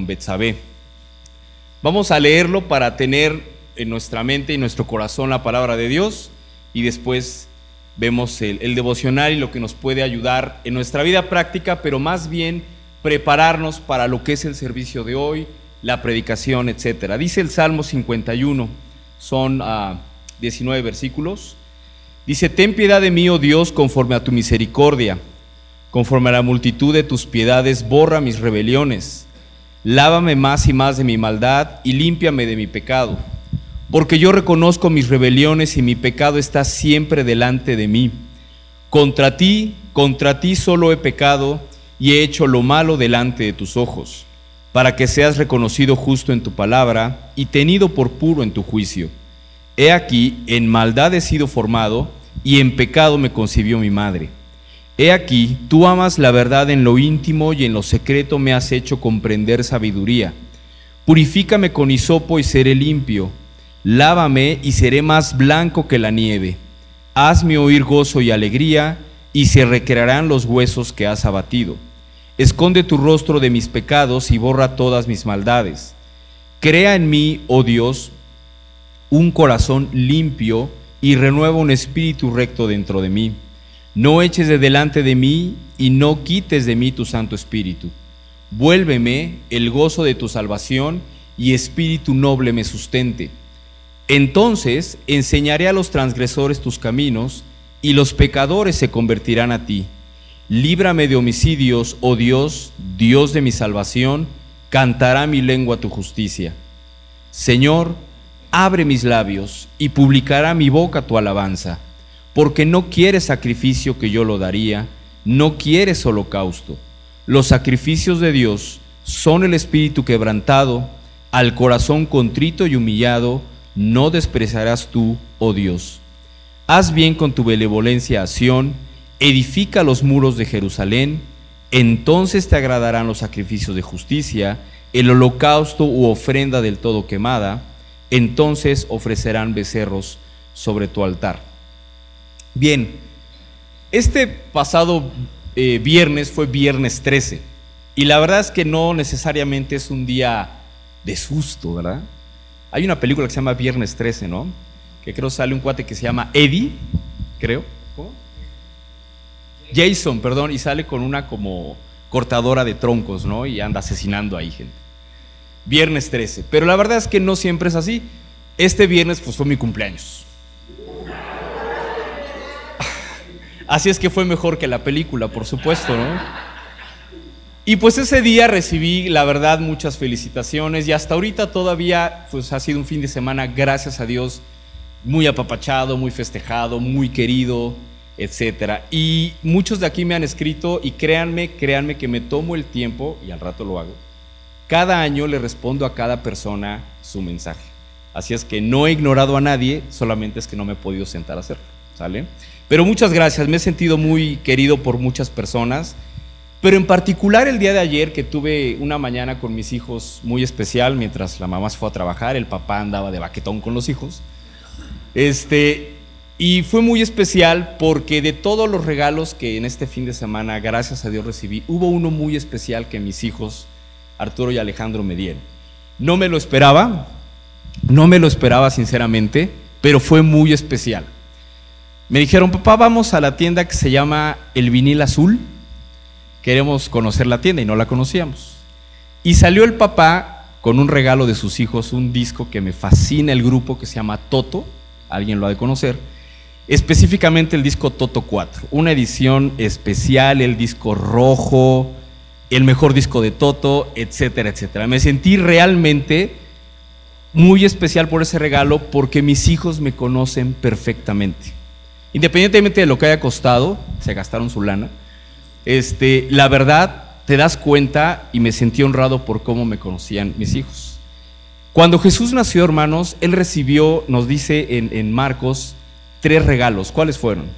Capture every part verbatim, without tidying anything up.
con Betsabé. Vamos a leerlo para tener en nuestra mente y nuestro corazón la palabra de Dios, y después vemos el, el devocional y lo que nos puede ayudar en nuestra vida práctica, pero más bien prepararnos para lo que es el servicio de hoy, la predicación, etcétera. Dice el Salmo cincuenta y uno, son uh, diecinueve versículos. Dice: ten piedad de mí, oh Dios, conforme a tu misericordia, conforme a la multitud de tus piedades, borra mis rebeliones. Lávame más y más de mi maldad y límpiame de mi pecado. Porque yo reconozco mis rebeliones y mi pecado está siempre delante de mí. Contra ti, contra ti solo he pecado y he hecho lo malo delante de tus ojos, para que seas reconocido justo en tu palabra y tenido por puro en tu juicio. He aquí, en maldad he sido formado y en pecado me concibió mi madre. He aquí, tú amas la verdad en lo íntimo y en lo secreto me has hecho comprender sabiduría. Purifícame con hisopo y seré limpio. Lávame y seré más blanco que la nieve. Hazme oír gozo y alegría, y se recrearán los huesos que has abatido. Esconde tu rostro de mis pecados y borra todas mis maldades. Crea en mí, oh Dios, un corazón limpio y renueva un espíritu recto dentro de mí. No eches de delante de mí y no quites de mí tu Santo Espíritu. Vuélveme el gozo de tu salvación y espíritu noble me sustente. Entonces enseñaré a los transgresores tus caminos y los pecadores se convertirán a ti. Líbrame de homicidios, oh Dios, Dios de mi salvación, cantará mi lengua tu justicia. Señor, abre mis labios y publicará mi boca tu alabanza, porque no quieres sacrificio que yo lo daría, no quieres holocausto. Los sacrificios de Dios son el espíritu quebrantado, al corazón contrito y humillado no despreciarás tú, oh Dios. Haz bien con tu benevolencia a Sión, edifica los muros de Jerusalén, entonces te agradarán los sacrificios de justicia, el holocausto u ofrenda del todo quemada, entonces ofrecerán becerros sobre tu altar. Bien, este pasado eh, viernes fue viernes trece, y la verdad es que no necesariamente es un día de susto, ¿verdad? Hay una película que se llama Viernes trece, ¿no? Que creo sale un cuate que se llama Eddie, creo. ¿Cómo? Jason, perdón, y sale con una como cortadora de troncos, ¿no? Y anda asesinando ahí gente. Viernes trece, pero la verdad es que no siempre es así. Este viernes pues fue mi cumpleaños. Así es que fue mejor que la película, por supuesto, ¿no? Y pues ese día recibí, la verdad, muchas felicitaciones, y hasta ahorita todavía pues ha sido un fin de semana, gracias a Dios, muy apapachado, muy festejado, muy querido, etcétera. Y muchos de aquí me han escrito, y créanme, créanme que me tomo el tiempo, y al rato lo hago, cada año le respondo a cada persona su mensaje. Así es que no he ignorado a nadie, solamente es que no me he podido sentar a hacerlo, ¿sale? Pero muchas gracias, me he sentido muy querido por muchas personas. Pero en particular el día de ayer, que tuve una mañana con mis hijos muy especial, mientras la mamá se fue a trabajar, el papá andaba de baquetón con los hijos, este, y fue muy especial porque de todos los regalos que en este fin de semana, gracias a Dios, recibí, hubo uno muy especial que mis hijos, Arturo y Alejandro, me dieron. No me lo esperaba, no me lo esperaba sinceramente, pero fue muy especial. Me dijeron: papá, vamos a la tienda que se llama El Vinil Azul, queremos conocer la tienda, y no la conocíamos. Y salió el papá con un regalo de sus hijos, un disco que me fascina, el grupo que se llama Toto, alguien lo ha de conocer, específicamente el disco Toto cuatro, una edición especial, el disco rojo, el mejor disco de Toto, etcétera, etcétera. Me sentí realmente muy especial por ese regalo, porque mis hijos me conocen perfectamente. Independientemente de lo que haya costado, se gastaron su lana. Este, la verdad, te das cuenta, y me sentí honrado por cómo me conocían mis hijos. Cuando Jesús nació, hermanos, Él recibió, nos dice en, en Marcos, tres regalos. ¿Cuáles fueron?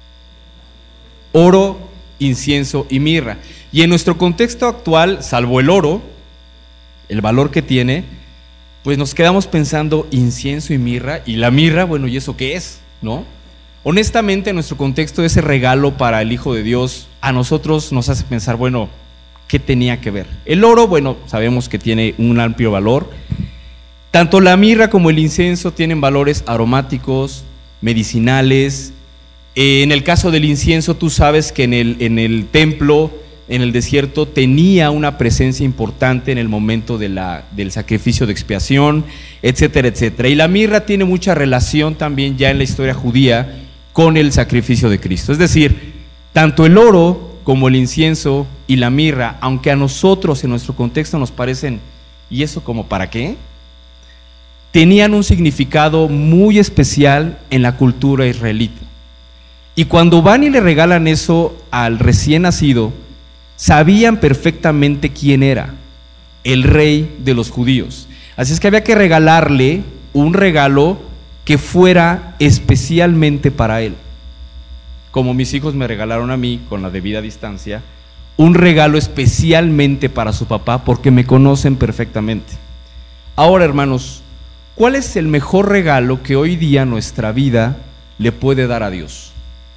Oro, incienso y mirra. Y en nuestro contexto actual, salvo el oro, el valor que tiene, pues nos quedamos pensando incienso y mirra, y la mirra, bueno, ¿y eso qué es? ¿No? Honestamente, en nuestro contexto, ese regalo para el Hijo de Dios a nosotros nos hace pensar, bueno, ¿Qué tenía que ver? El oro, bueno, sabemos que tiene un amplio valor. Tanto la mirra como el incienso tienen valores aromáticos, medicinales. Eh, en el caso del incienso, tú sabes que en el, en el templo, en el desierto, tenía una presencia importante en el momento de la, del sacrificio de expiación, etcétera, etcétera. Y la mirra tiene mucha relación también ya en la historia judía con el sacrificio de Cristo. Es decir, tanto el oro como el incienso y la mirra, aunque a nosotros en nuestro contexto nos parecen, ¿y eso como para qué?, tenían un significado muy especial en la cultura israelita. Y cuando van y le regalan eso al recién nacido, sabían perfectamente quién era, el rey de los judíos. Así es que había que regalarle un regalo que fuera especialmente para él. Como mis hijos me regalaron a mí, con la debida distancia, un regalo especialmente para su papá, porque me conocen perfectamente. Ahora, hermanos, ¿cuál es el mejor regalo que hoy día nuestra vida le puede dar a Dios?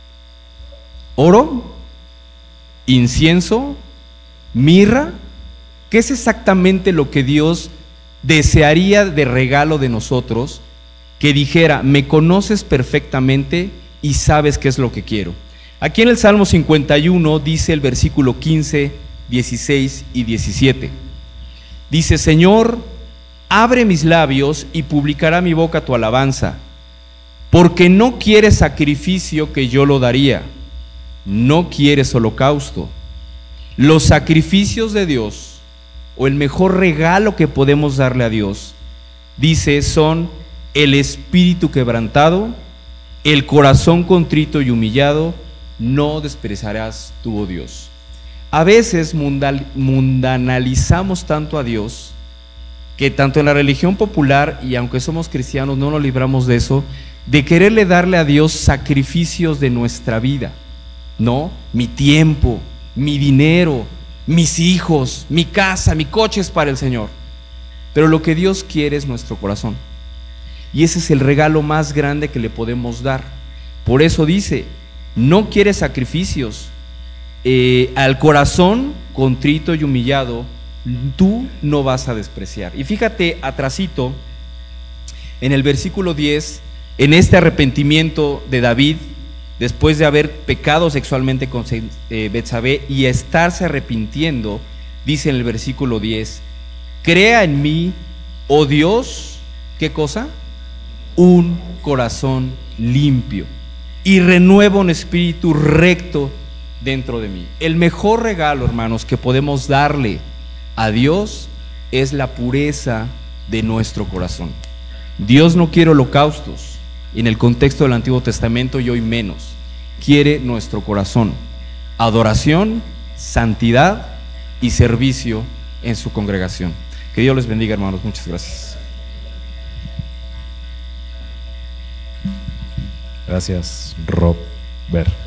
¿Oro? ¿Incienso? ¿Mirra? ¿Qué es exactamente lo que Dios desearía de regalo de nosotros? Que dijera, me conoces perfectamente y sabes qué es lo que quiero. Aquí en el Salmo cincuenta y uno dice el versículo quince, dieciséis y diecisiete. Dice, Señor, abre mis labios y publicará mi boca tu alabanza, porque no quieres sacrificio que yo lo daría, no quieres holocausto. Los sacrificios de Dios, o el mejor regalo que podemos darle a Dios, dice, son el espíritu quebrantado, el corazón contrito y humillado, no despreciarás tú, oh Dios. A veces mundanalizamos tanto a Dios, que tanto en la religión popular, y aunque somos cristianos no nos libramos de eso, de quererle darle a Dios sacrificios de nuestra vida, ¿no? Mi tiempo, mi dinero, mis hijos, mi casa, mi coche es para el Señor. Pero lo que Dios quiere es nuestro corazón. Y ese es el regalo más grande que le podemos dar. Por eso dice, no quiere sacrificios, eh, al corazón contrito y humillado, tú no vas a despreciar. Y fíjate atrasito, en el versículo diez, en este arrepentimiento de David, después de haber pecado sexualmente con eh, Betsabé y estarse arrepintiendo, dice en el versículo diez, crea en mí, oh Dios, ¿qué cosa? Un corazón limpio y renueva un espíritu recto dentro de mí. El mejor regalo, hermanos, que podemos darle a Dios es la pureza de nuestro corazón. Dios no quiere holocaustos, y en el contexto del Antiguo Testamento y hoy menos. Quiere nuestro corazón, adoración, santidad y servicio en su congregación. Que Dios les bendiga, hermanos. Muchas gracias. Gracias, Robert.